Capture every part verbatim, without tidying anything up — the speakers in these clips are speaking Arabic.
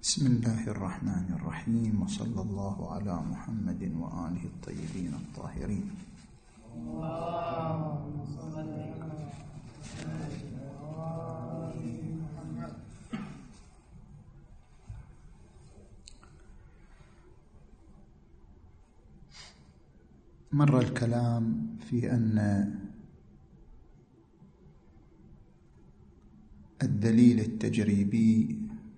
بسم الله الرحمن الرحيم، وصلى الله على محمد وآله الطيبين الطاهرين. مر الكلام في أن الدليل التجريبي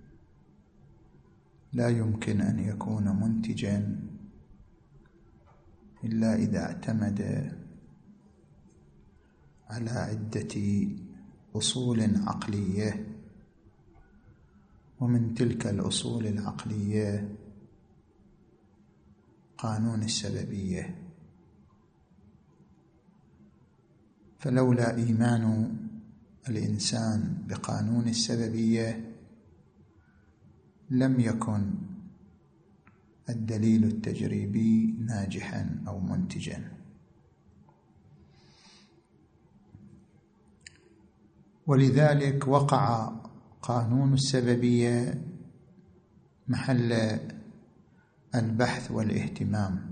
لا يمكن أن يكون منتجا إلا إذا اعتمد على عدة أصول عقلية، ومن تلك الأصول العقلية قانون السببية. فلولا إيمان الإنسان بقانون السببية لم يكن الدليل التجريبي ناجحا أو منتجا. ولذلك وقع قانون السببية محل البحث والاهتمام.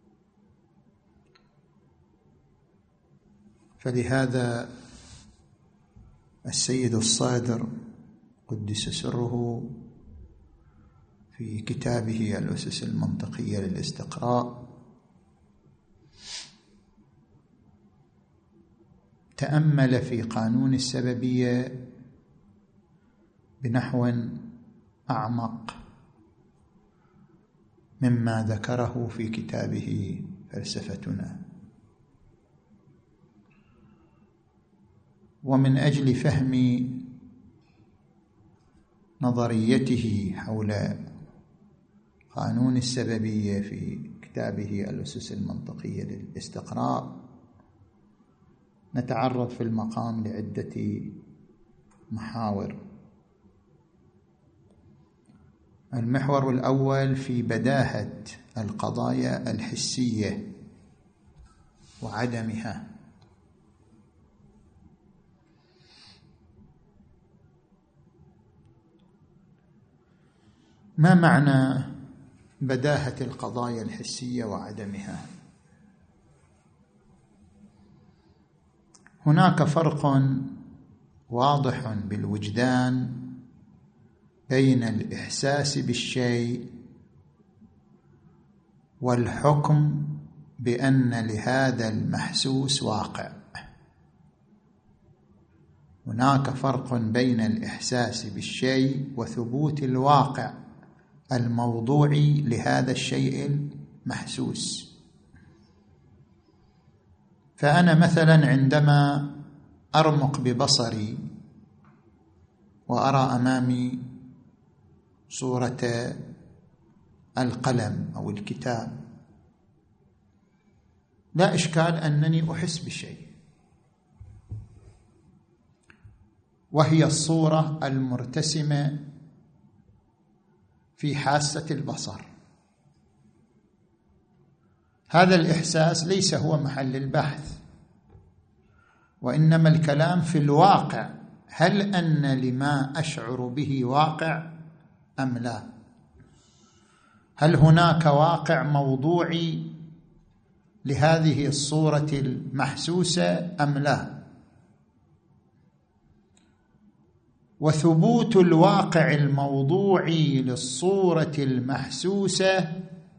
فلهذا السيد الصادر قدس سره في كتابه الأسس المنطقية للاستقراء تأمل في قانون السببية بنحو أعمق مما ذكره في كتابه فلسفتنا. ومن أجل فهم نظريته حول قانون السببية في كتابه الأسس المنطقية للاستقراء نتعرض في المقام لعدة محاور. المحور الأول في بداهة القضايا الحسية وعدمها. ما معنى بداهة القضايا الحسية وعدمها؟ هناك فرق واضح بالوجدان بين الإحساس بالشيء والحكم بأن لهذا المحسوس واقع. هناك فرق بين الإحساس بالشيء وثبوت الواقع الموضوعي لهذا الشيء المحسوس. فأنا مثلا عندما أرمق ببصري وأرى أمامي صورة القلم أو الكتاب، لا إشكال أنني أحس بشيء، وهي الصورة المرتسمة في حاسة البصر. هذا الإحساس ليس هو محل البحث، وإنما الكلام في الواقع. هل أن لما أشعر به واقع أم لا؟ هل هناك واقع موضوعي لهذه الصورة المحسوسة أم لا؟ وثبوت الواقع الموضوعي للصورة المحسوسة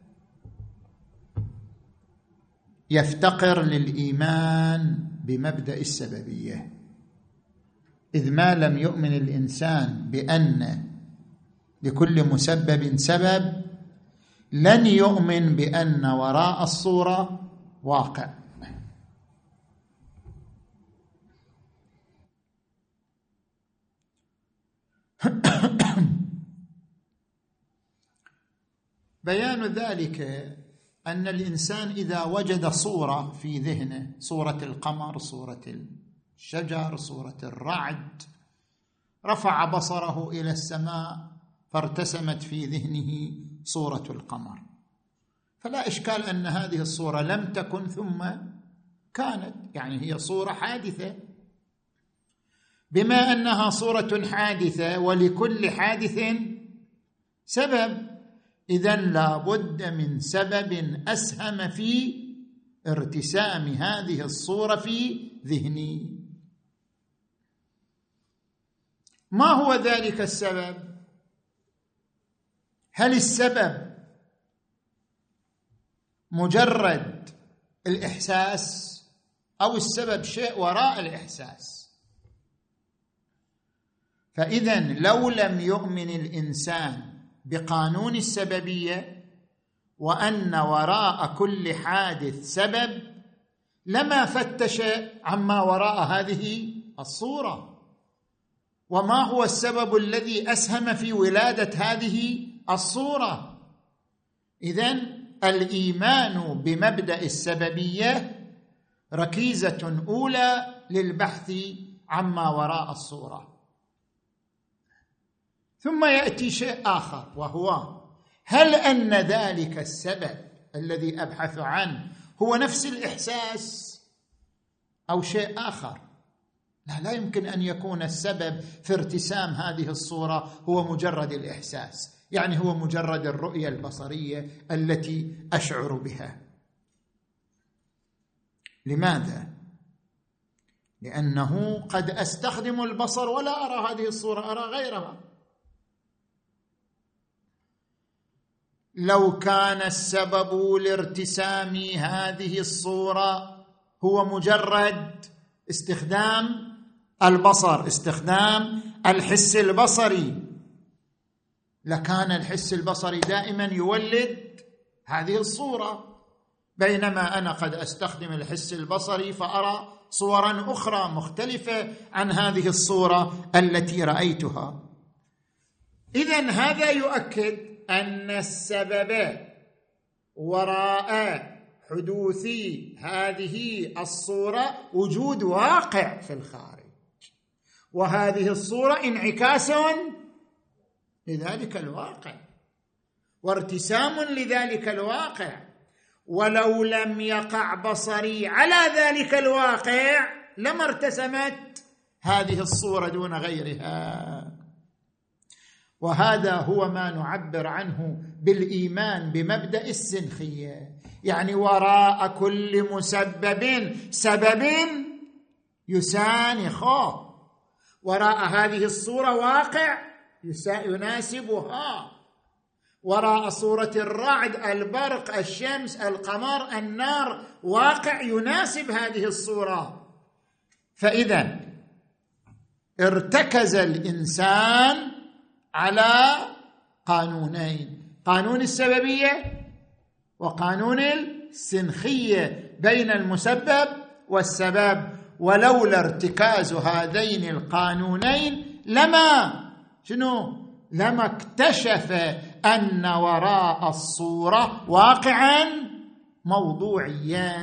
يفتقر للإيمان بمبدأ السببية، إذ ما لم يؤمن الإنسان بأن لكل مسبب سبب لن يؤمن بأن وراء الصورة واقع. بيان ذلك أن الإنسان إذا وجد صورة في ذهنه، صورة القمر، صورة الشجر، صورة الرعد، رفع بصره إلى السماء فارتسمت في ذهنه صورة القمر، فلا إشكال أن هذه الصورة لم تكن ثم كانت، يعني هي صورة حادثة. بما أنها صورة حادثة ولكل حادث سبب. إذن لا بد من سبب أسهم في ارتسام هذه الصورة في ذهني. ما هو ذلك السبب؟ هل السبب مجرد الإحساس أو السبب شيء وراء الإحساس؟ فإذن لو لم يؤمن الإنسان بقانون السببية وأن وراء كل حادث سبب لما فتش عما وراء هذه الصورة، وما هو السبب الذي أسهم في ولادة هذه الصورة. إذن الإيمان بمبدأ السببية ركيزة أولى للبحث عما وراء الصورة. ثم يأتي شيء آخر، وهو هل أن ذلك السبب الذي أبحث عنه هو نفس الإحساس أو شيء آخر؟ لا، لا يمكن أن يكون السبب في ارتسام هذه الصورة هو مجرد الإحساس، يعني هو مجرد الرؤية البصرية التي أشعر بها. لماذا؟ لأنه قد أستخدم البصر ولا أرى هذه الصورة، أرى غيرها. لو كان السبب لارتسام هذه الصورة هو مجرد استخدام البصر، استخدام الحس البصري، لكان الحس البصري دائما يولد هذه الصورة، بينما أنا قد أستخدم الحس البصري فأرى صورا أخرى مختلفة عن هذه الصورة التي رأيتها. إذن هذا يؤكد أن السبب وراء حدوث هذه الصورة وجود واقع في الخارج، وهذه الصورة انعكاس لذلك الواقع وارتسام لذلك الواقع. ولو لم يقع بصري على ذلك الواقع لما ارتسمت هذه الصورة دون غيرها. وهذا هو ما نعبر عنه بالإيمان بمبدأ السنخية، يعني وراء كل مسبب سبب يسانخه، وراء هذه الصورة واقع يناسبها، وراء صورة الرعد، البرق، الشمس، القمر، النار واقع يناسب هذه الصورة. فإذا ارتكز الإنسان على قانونين، قانون السببية وقانون السنخية بين المسبب والسبب. ولولا ارتكاز هذين القانونين لما شنو؟ لما اكتشف أن وراء الصورة واقعا موضوعيا.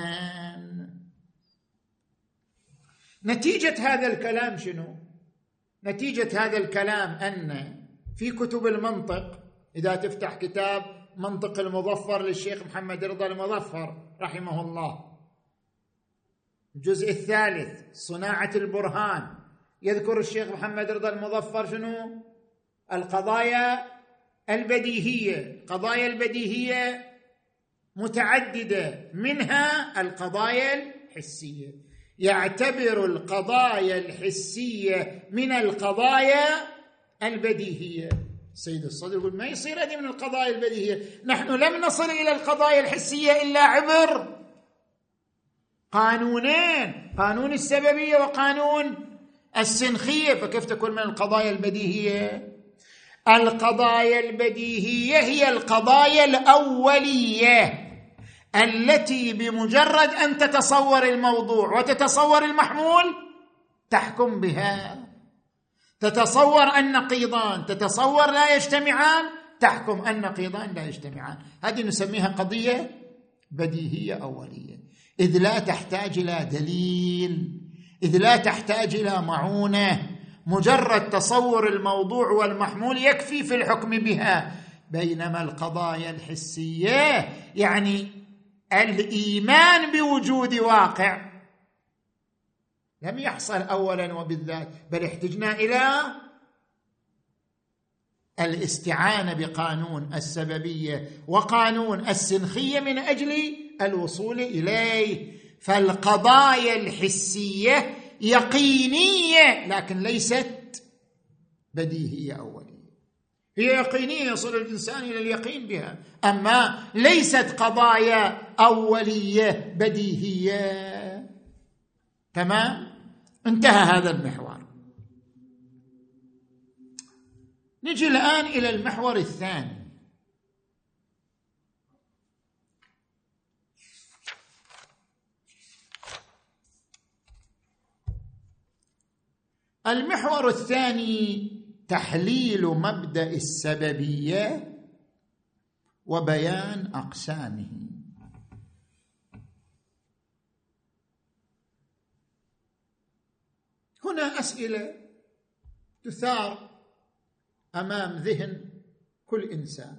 نتيجة هذا الكلام شنو؟ نتيجة هذا الكلام أن في كتب المنطق، إذا تفتح كتاب منطق المظفر للشيخ محمد رضا المظفر رحمه الله، الجزء الثالث صناعة البرهان، يذكر الشيخ محمد رضا المظفر شنو؟ القضايا البديهية. قضايا البديهية متعددة، منها القضايا الحسية. يعتبر القضايا الحسية من القضايا البديهية. سيد الصدر يقول ما يصير هذه من القضايا البديهية، نحن لم نصل إلى القضايا الحسية إلا عبر قانونين، قانون السببية وقانون السنخية، فكيف تكون من القضايا البديهية؟ القضايا البديهية هي القضايا الأولية التي بمجرد أن تتصور الموضوع وتتصور المحمول تحكم بها. تتصور أن نقيضان، تتصور لا يجتمعان، تحكم أن نقيضان لا يجتمعان. هذه نسميها قضية بديهية أولية، إذ لا تحتاج إلى دليل، إذ لا تحتاج إلى معونة، مجرد تصور الموضوع والمحمول يكفي في الحكم بها. بينما القضايا الحسية يعني الإيمان بوجود واقع لم يحصل أولا وبالذات، بل احتجنا إلى الاستعانة بقانون السببية وقانون السنخية من أجل الوصول إليه. فالقضايا الحسية يقينية لكن ليست بديهية أولية. هي يقينية يصل الإنسان إلى اليقين بها، أما ليست قضايا أولية بديهية. تمام؟ انتهى هذا المحور. نجي الآن إلى المحور الثاني. المحور الثاني تحليل مبدأ السببية وبيان أقسامه. هنا أسئلة تثار أمام ذهن كل إنسان.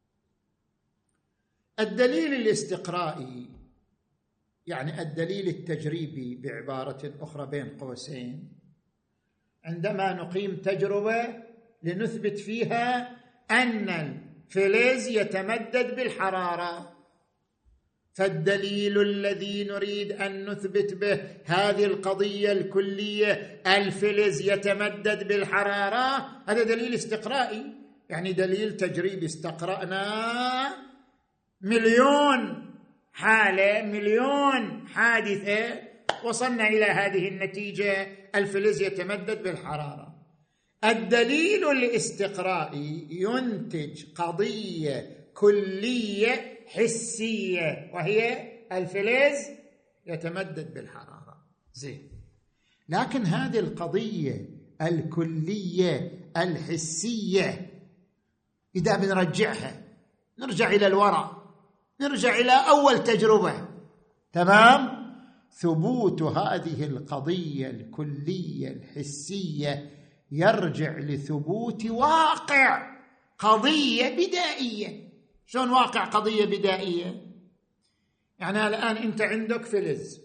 الدليل الاستقرائي، يعني الدليل التجريبي بعبارة أخرى بين قوسين، عندما نقيم تجربة لنثبت فيها أن الفلز يتمدد بالحرارة، فالدليل الذي نريد أن نثبت به هذه القضية الكلية الفلز يتمدد بالحرارة، هذا دليل استقرائي، يعني دليل تجريبي. استقرأنا مليون حالة، مليون حادثة، وصلنا إلى هذه النتيجة، الفلز يتمدد بالحرارة. الدليل الاستقرائي ينتج قضية كلية حسية وهي الفلز يتمدد بالحرارة. زين، لكن هذه القضية الكلية الحسية إذا بنرجعها، نرجع إلى الوراء، نرجع إلى أول تجربة، تمام؟ ثبوت هذه القضية الكلية الحسية يرجع لثبوت واقع قضية بدائية. شلون واقع قضية بدائية؟ يعني الآن أنت عندك فلز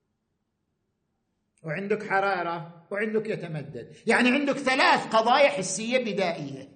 وعندك حرارة وعندك يتمدد، يعني عندك ثلاث قضايا حسية بدائية.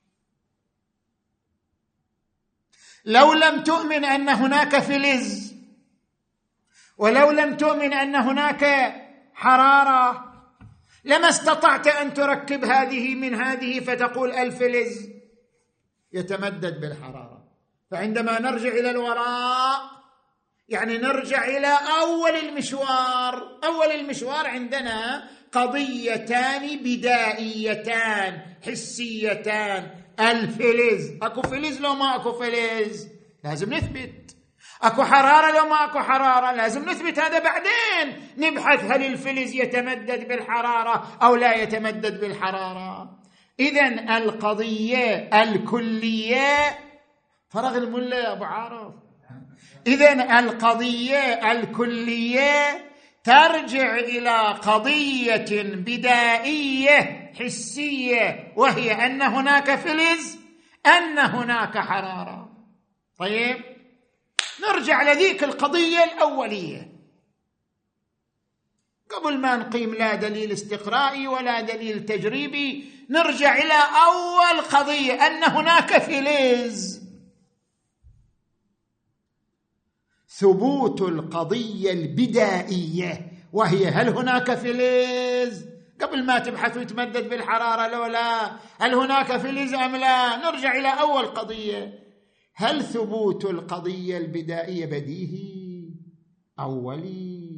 لو لم تؤمن أن هناك فلز ولو لم تؤمن أن هناك حرارة لما استطعت أن تركب هذه من هذه فتقول الفلز يتمدد بالحرارة. فعندما نرجع إلى الوراء يعني نرجع إلى أول المشوار. أول المشوار عندنا قضيتان بدائيتان حسيتان، الفلز. أكو فلز لو ما أكو فلز لازم نثبت، أكو حرارة لو ما أكو حرارة لازم نثبت هذا، بعدين نبحث هل الفلز يتمدد بالحرارة أو لا يتمدد بالحرارة. إذن القضية الكلية فرغ الملة يا أبو عارف. إذن القضية الكلية ترجع إلى قضية بدائية حسية، وهي أن هناك فلز، أن هناك حرارة. طيب، نرجع لذيك القضية الأولية قبل ما نقيم لا دليل استقرائي ولا دليل تجريبي. نرجع إلى أول قضية، أن هناك فلز. ثبوت القضية البدائية وهي هل هناك فلز، قبل ما تبحث ويتمدد بالحرارة لو لا، هل هناك فلز أم لا. نرجع إلى أول قضية، هل ثبوت القضية البدائية بديهي أولي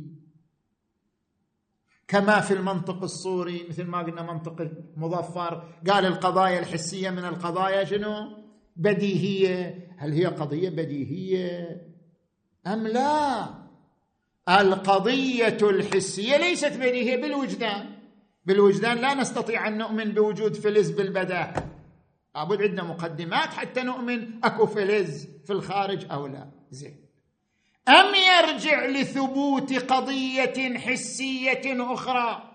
كما في المنطق الصوري، مثل ما قلنا منطق المظفر قال القضايا الحسية من القضايا شنو؟ بديهية. هل هي قضية بديهية أم لا؟ القضية الحسية ليست بديهية بالوجدان. بالوجدان لا نستطيع أن نؤمن بوجود فلز بالبداهة، لابد عندنا مقدمات حتى نؤمن أكو فلز في الخارج أو لا. زين، أم يرجع لثبوت قضية حسية أخرى؟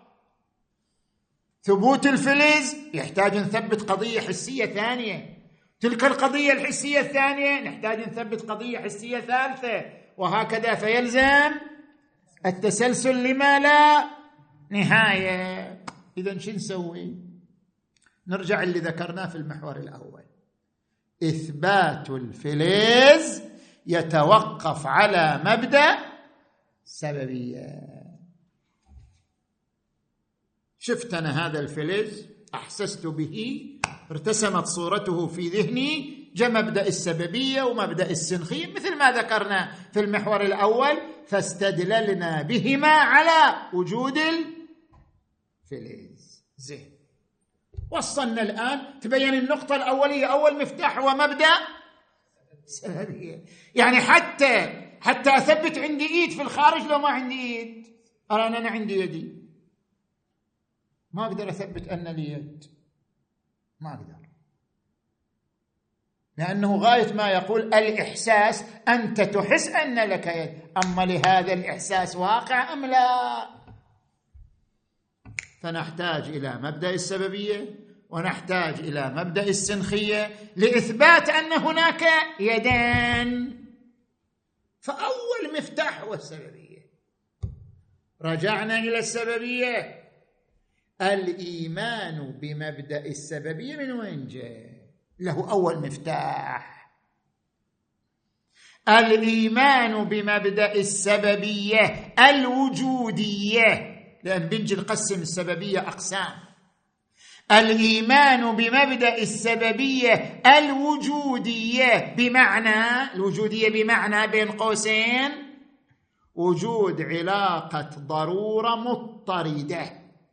ثبوت الفلز يحتاج نثبت قضية حسية ثانية، تلك القضية الحسية الثانية نحتاج نثبت قضية حسية ثالثة، وهكذا، فيلزم التسلسل لما لا نهاية. إذن شو نسوي؟ نرجع اللي ذكرناه في المحور الأول. إثبات الفلز يتوقف على مبدأ السببية. شفت أنا هذا الفلز، أحسست به، ارتسمت صورته في ذهني، جاء مبدأ السببية ومبدأ السنخية مثل ما ذكرنا في المحور الأول، فاستدللنا بهما على وجود الفلز. زين، وصلنا الآن، تبين النقطة الأولية، أول مفتاح هو مبدأ السببية. يعني حتى حتى أثبت عندي إيد في الخارج، لو ما عندي إيد، أرى أنا عندي يدي، ما أقدر أثبت أن لي يد، ما أقدر، لأنه غاية ما يقول الإحساس أنت تحس أن لك يد، أما لهذا الإحساس واقع أم لا؟ فنحتاج إلى مبدأ السببية ونحتاج إلى مبدأ السنخية لإثبات أن هناك يدان. فأول مفتاح هو السببية. رجعنا إلى السببية. الإيمان بمبدأ السببية من وين جاء؟ له أول مفتاح. الإيمان بمبدأ السببية الوجودية، لأن بنجي نقسم السببية أقسام. الإيمان بمبدأ السببية الوجودية، بمعنى الوجودية بمعنى بين قوسين وجود علاقة ضرورة مضطردة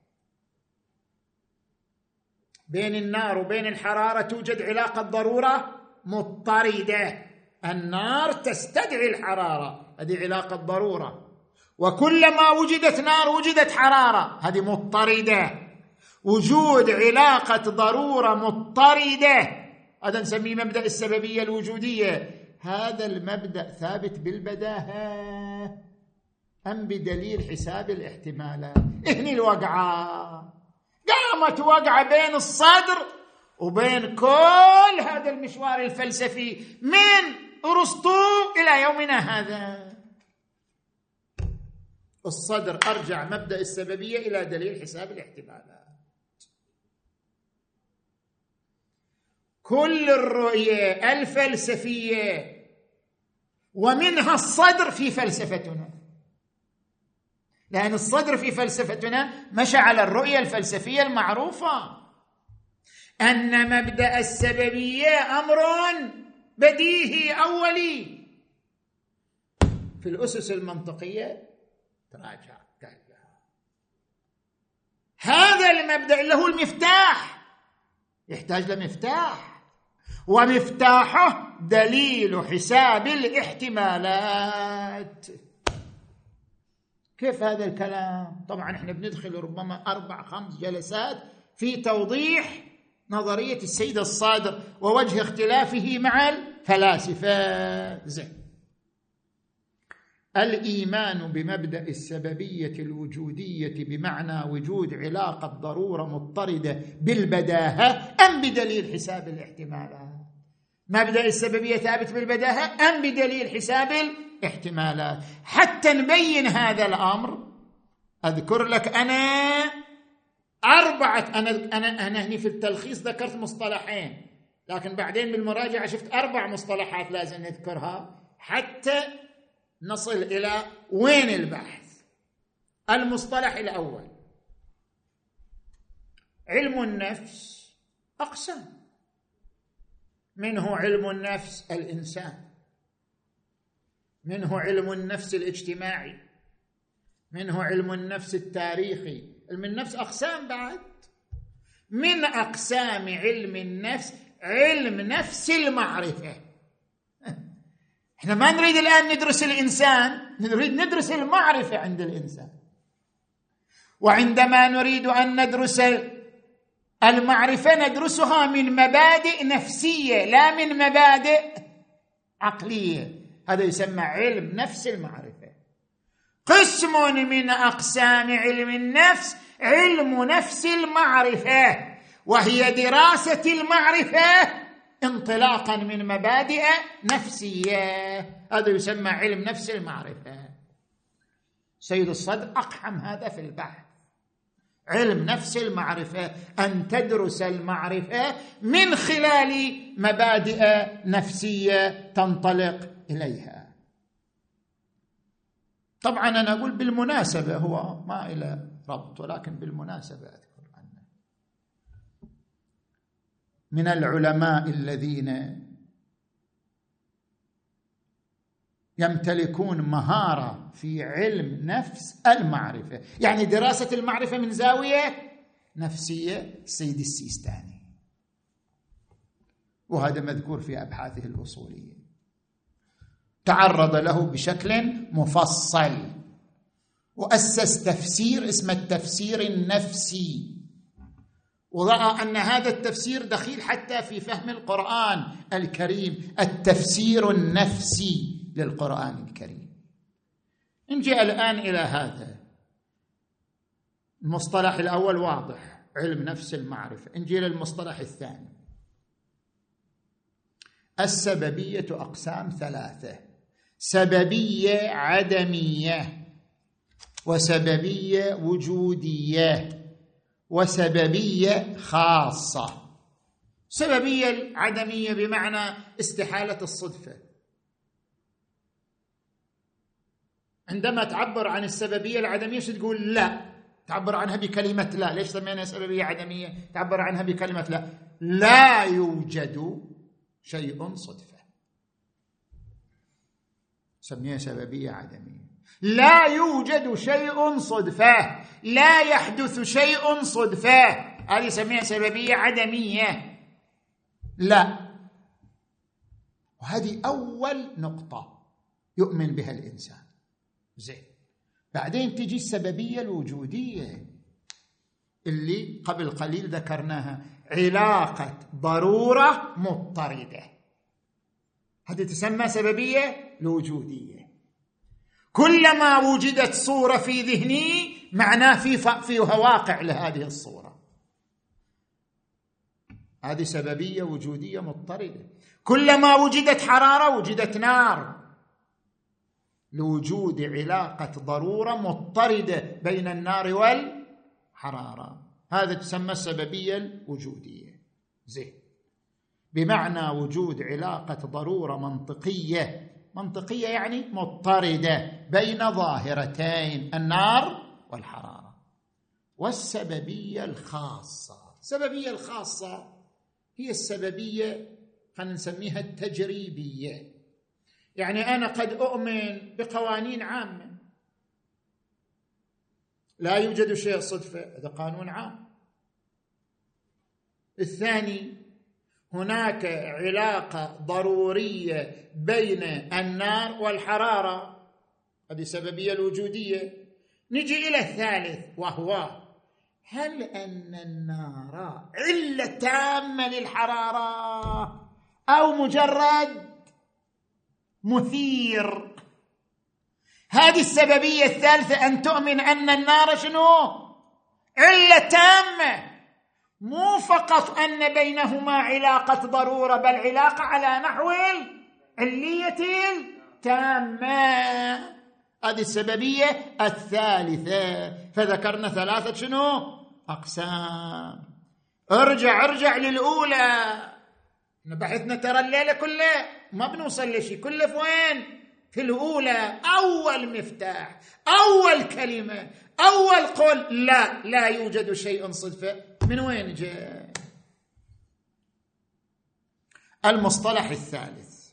بين النار وبين الحرارة، توجد علاقة ضرورة مضطردة. النار تستدعي الحرارة، هذه علاقة ضرورة، وكلما وجدت نار وجدت حرارة، هذه مضطردة. وجود علاقة ضرورة مضطردة هذا نسميه مبدأ السببية الوجودية. هذا المبدأ ثابت بالبداهة أم بدليل حساب الاحتمالات؟ هني الوقعة، قامت وقعة بين الصدر وبين كل هذا المشوار الفلسفي من أرسطو إلى يومنا هذا. الصدر أرجع مبدأ السببية إلى دليل حساب الاحتمالات. كل الرؤية الفلسفية ومنها الصدر في فلسفتنا، لأن الصدر في فلسفتنا مشى على الرؤية الفلسفية المعروفة أن مبدأ السببية أمر بديهي أولي. في الأسس المنطقية تراجع هذا المبدأ اللي هو المفتاح، يحتاج لمفتاح، ومفتاحه دليل حساب الاحتمالات. كيف هذا الكلام؟ طبعا احنا بندخل ربما أربع خمس جلسات في توضيح نظرية السيد الصادر ووجه اختلافه مع الفلاسفة. زين، الإيمان بمبدأ السببية الوجودية بمعنى وجود علاقة ضرورة مضطردة بالبداهة أم بدليل حساب الاحتمالات؟ مبدأ السببية ثابت بالبداهة أم بدليل حساب الاحتمالات؟ حتى نبين هذا الأمر أذكر لك أنا أربعة أنا أنا أنا هني في التلخيص ذكرت مصطلحين، لكن بعدين بالمراجعة شفت أربع مصطلحات لازم نذكرها حتى نصل إلى وين البحث. المصطلح الأول علم النفس أقسام، منه علم النفس الإنسان، منه علم النفس الاجتماعي، منه علم النفس التاريخي. علم النفس أقسام بعد. من أقسام علم النفس علم نفس المعرفة. احنا ما نريد الآن ندرس الإنسان، نريد ندرس المعرفة عند الإنسان. وعندما نريد أن ندرس المعرفة ندرسها من مبادئ نفسية لا من مبادئ عقلية، هذا يسمى علم نفس المعرفة. قسم من أقسام علم النفس علم نفس المعرفة، وهي دراسة المعرفة انطلاقا من مبادئ نفسية، هذا يسمى علم نفس المعرفة. سيد الصدر أقحم هذا في البحث، علم نفس المعرفة أن تدرس المعرفة من خلال مبادئ نفسية تنطلق إليها. طبعا أنا أقول بالمناسبة، هو ما إلى ربط، ولكن بالمناسبة أذكر عنه من العلماء الذين يمتلكون مهارة في علم نفس المعرفة، يعني دراسة المعرفة من زاوية نفسية، السيد السيستاني، وهذا مذكور في أبحاثه الأصولية، تعرض له بشكل مفصل وأسس تفسير اسمه التفسير النفسي، ورأى أن هذا التفسير دخيل حتى في فهم القرآن الكريم، التفسير النفسي للقرآن الكريم. نجي الآن إلى هذا المصطلح الأول واضح، علم نفس المعرفة. نجي للمصطلح الثاني، السببية أقسام ثلاثة: سببية عدمية، وسببية وجودية، وسببية خاصة. سببية العدمية بمعنى استحالة الصدفة. عندما تعبر عن السببية العدمية شو تقول؟ لا. تعبر عنها بكلمة لا. ليش سمينا سببية عدمية؟ تعبر عنها بكلمة لا. لا يوجد شيء صدفة، سميها سببية عدمية. لا يوجد شيء صدفة، لا يحدث شيء صدفة، هذه سميها سببية عدمية. لا، وهذه أول نقطة يؤمن بها الإنسان. زين، بعدين تجي السببية الوجودية اللي قبل قليل ذكرناها، علاقة ضرورة مضطردة، هذه تسمى سببية الوجودية. كلما وجدت صورة في ذهني معناه في فيها واقع لهذه الصورة، هذه سببية وجودية مضطردة. كلما وجدت حرارة وجدت نار، لوجود علاقة ضرورة مضطردة بين النار والحرارة، هذا تسمى السببية الوجودية. زين، بمعنى وجود علاقة ضرورة منطقية، منطقية يعني مضطردة بين ظاهرتين النار والحرارة. والسببية الخاصة، السببية الخاصة هي السببية خلينا نسميها التجريبية، يعني أنا قد أؤمن بقوانين عامة، لا يوجد شيء صدفة، هذا قانون عام. الثاني، هناك علاقة ضرورية بين النار والحرارة، هذه سببية الوجودية. نجي إلى الثالث، وهو هل أن النار علة تامة للحرارة أو مجرد مثير؟ هذه السببية الثالثة، أن تؤمن أن النار شنو؟ علة تامة، مو فقط أن بينهما علاقة ضرورة، بل علاقة على نحو العلية التامة. هذه السببية الثالثة. فذكرنا ثلاثة شنو؟ أقسام. ارجع ارجع للأولى، بحثنا ترى الليلة كلها ما بنوصل لشيء، كله في وين؟ في الأولى. أول مفتاح، أول كلمة، أول قول، لا لا يوجد شيء صدفة. من وين جاء؟ المصطلح الثالث،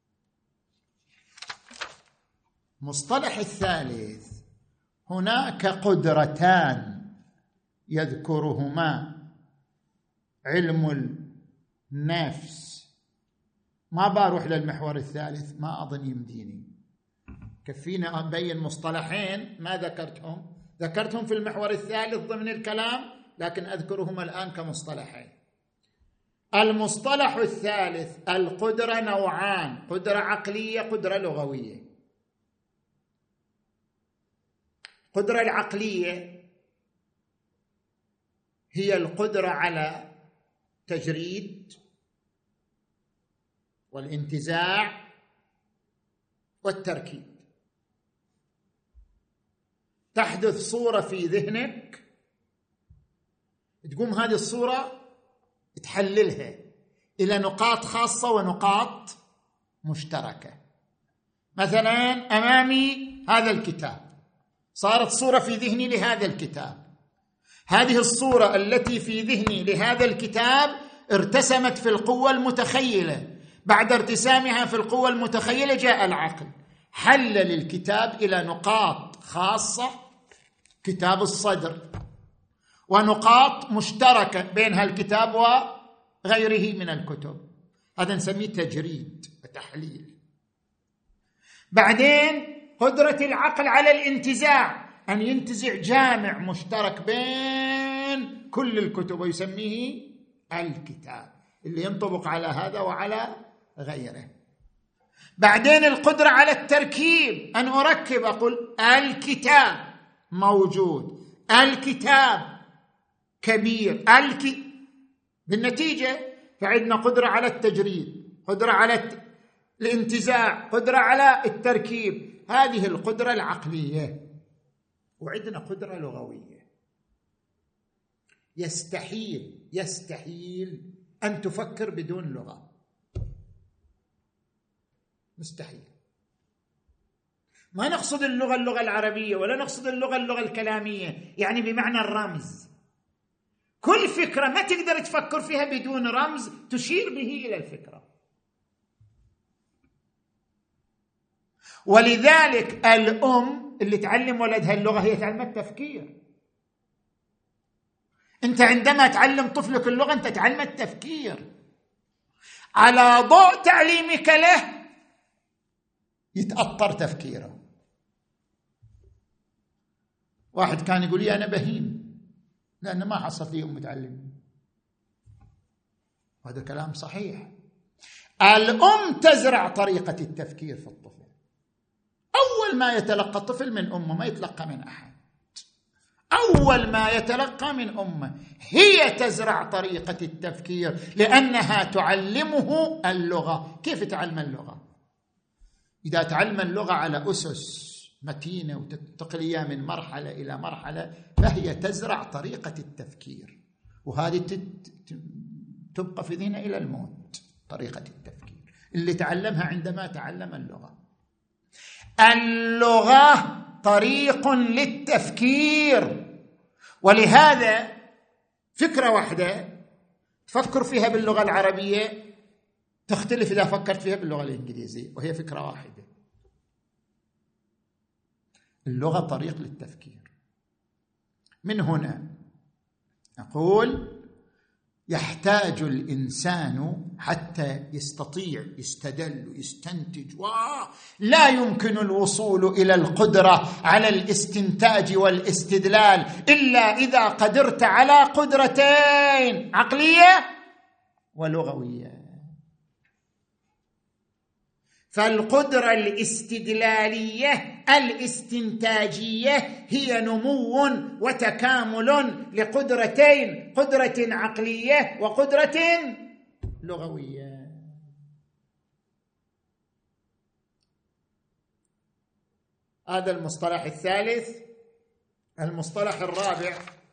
مصطلح الثالث، هناك قدرتان يذكرهما علم النفس. ما بروح للمحور الثالث، ما أظن يمديني، كفينا أبين مصطلحين ما ذكرتهم، ذكرتهم في المحور الثالث ضمن الكلام، لكن أذكرهم الآن كمصطلحين. المصطلح الثالث، القدرة نوعان، قدرة عقلية، قدرة لغوية. القدرة العقلية هي القدرة على تجريد والانتزاع والتركيب. تحدث صورة في ذهنك تقوم هذه الصورة تحللها إلى نقاط خاصة ونقاط مشتركة. مثلا أمامي هذا الكتاب، صارت صورة في ذهني لهذا الكتاب، هذه الصورة التي في ذهني لهذا الكتاب ارتسمت في القوة المتخيلة، بعد ارتسامها في القوة المتخيلة جاء العقل حلل الكتاب إلى نقاط خاصة، كتاب الصدر، ونقاط مشتركة بين هالكتاب وغيره من الكتب، هذا نسميه تجريد وتحليل. بعدين قدرة العقل على الانتزاع، أن ينتزع جامع مشترك بين كل الكتب ويسميه الكتاب اللي ينطبق على هذا وعلى غيره. بعدين القدرة على التركيب، أن أركب أقول الكتاب موجود، الكتاب كبير، الك... بالنتيجة فعندنا قدرة على التجريد، قدرة على الانتزاع، قدرة على التركيب، هذه القدرة العقلية. وعندنا قدرة لغوية، يستحيل يستحيل أن تفكر بدون لغة، مستحيل. ما نقصد اللغة اللغة العربية، ولا نقصد اللغة اللغة الكلامية، يعني بمعنى الرمز. كل فكرة ما تقدر تفكر فيها بدون رمز تشير به إلى الفكرة. ولذلك الأم اللي تعلم ولدها اللغة هي تعلم التفكير. أنت عندما تعلم طفلك اللغة أنت تعلم التفكير، على ضوء تعليمك له يتأطر تفكيره. واحد كان يقول لي أنا بهيم لأن ما حصلت لي أم متعلم، هذا كلام صحيح. الأم تزرع طريقة التفكير في الطفل، أول ما يتلقى الطفل من أمه، ما يتلقى من أحد، أول ما يتلقى من أمه هي تزرع طريقة التفكير، لأنها تعلمه اللغة. كيف تعلم اللغة؟ إذا تعلم اللغة على أسس متينة وتنتقل من مرحلة إلى مرحلة، فهي تزرع طريقة التفكير، وهذه تبقى في ذهنه إلى الموت. طريقة التفكير اللي تعلمها عندما تعلم اللغة. اللغة طريق للتفكير، ولهذا فكرة واحدة تفكر فيها باللغة العربية تختلف إذا فكرت فيها باللغة الإنجليزية، وهي فكرة واحدة. اللغة طريق للتفكير. من هنا نقول يحتاج الإنسان حتى يستطيع يستدل ويستنتج، لا يمكن الوصول إلى القدرة على الاستنتاج والاستدلال إلا إذا قدرت على قدرتين، عقلية ولغوية. فالقدرة الاستدلالية الاستنتاجية هي نمو وتكامل لقدرتين، قدرة عقلية وقدرة لغوية. هذا المصطلح الثالث. المصطلح الرابع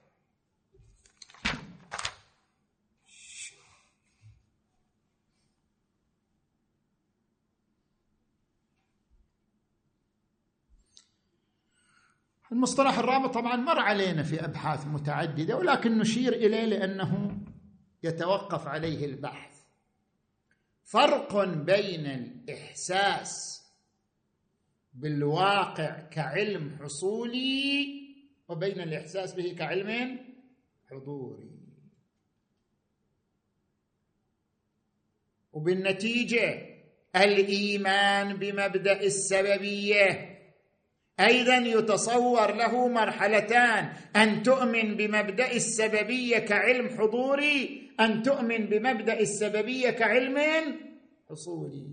المصطلح الرابع طبعا مر علينا في أبحاث متعددة، ولكن نشير إليه لأنه يتوقف عليه البحث. فرق بين الإحساس بالواقع كعلم حصولي وبين الإحساس به كعلم حضوري. وبالنتيجة الإيمان بمبدأ السببية أيضا يتصور له مرحلتان: أن تؤمن بمبدأ السببية كعلم حضوري، أن تؤمن بمبدأ السببية كعلم حصولي.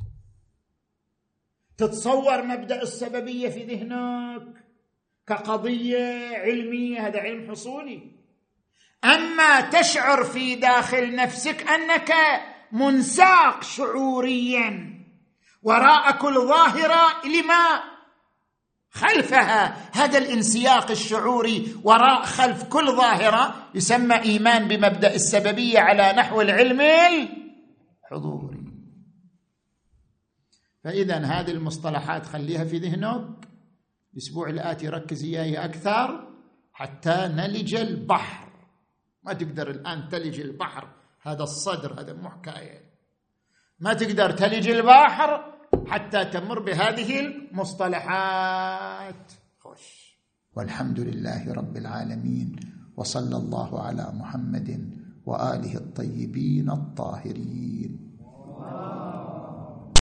تتصور مبدأ السببية في ذهنك كقضية علمية، هذا علم حصولي. أما تشعر في داخل نفسك أنك منساق شعوريا وراء كل ظاهرة لما خلفها. هذا الانسياق الشعوري وراء خلف كل ظاهرة يسمى إيمان بمبدأ السببية على نحو العلم الحضوري. فإذا هذه المصطلحات خليها في ذهنك. الأسبوع الآتي ركز إياي أكثر حتى نلج البحر. ما تقدر الآن تلج البحر، هذا الصدر، هذا مو حكاية. ما تقدر تلج البحر حتى تمر بهذه المصطلحات. خوش. والحمد لله رب العالمين، وصلى الله على محمد وآله الطيبين الطاهرين.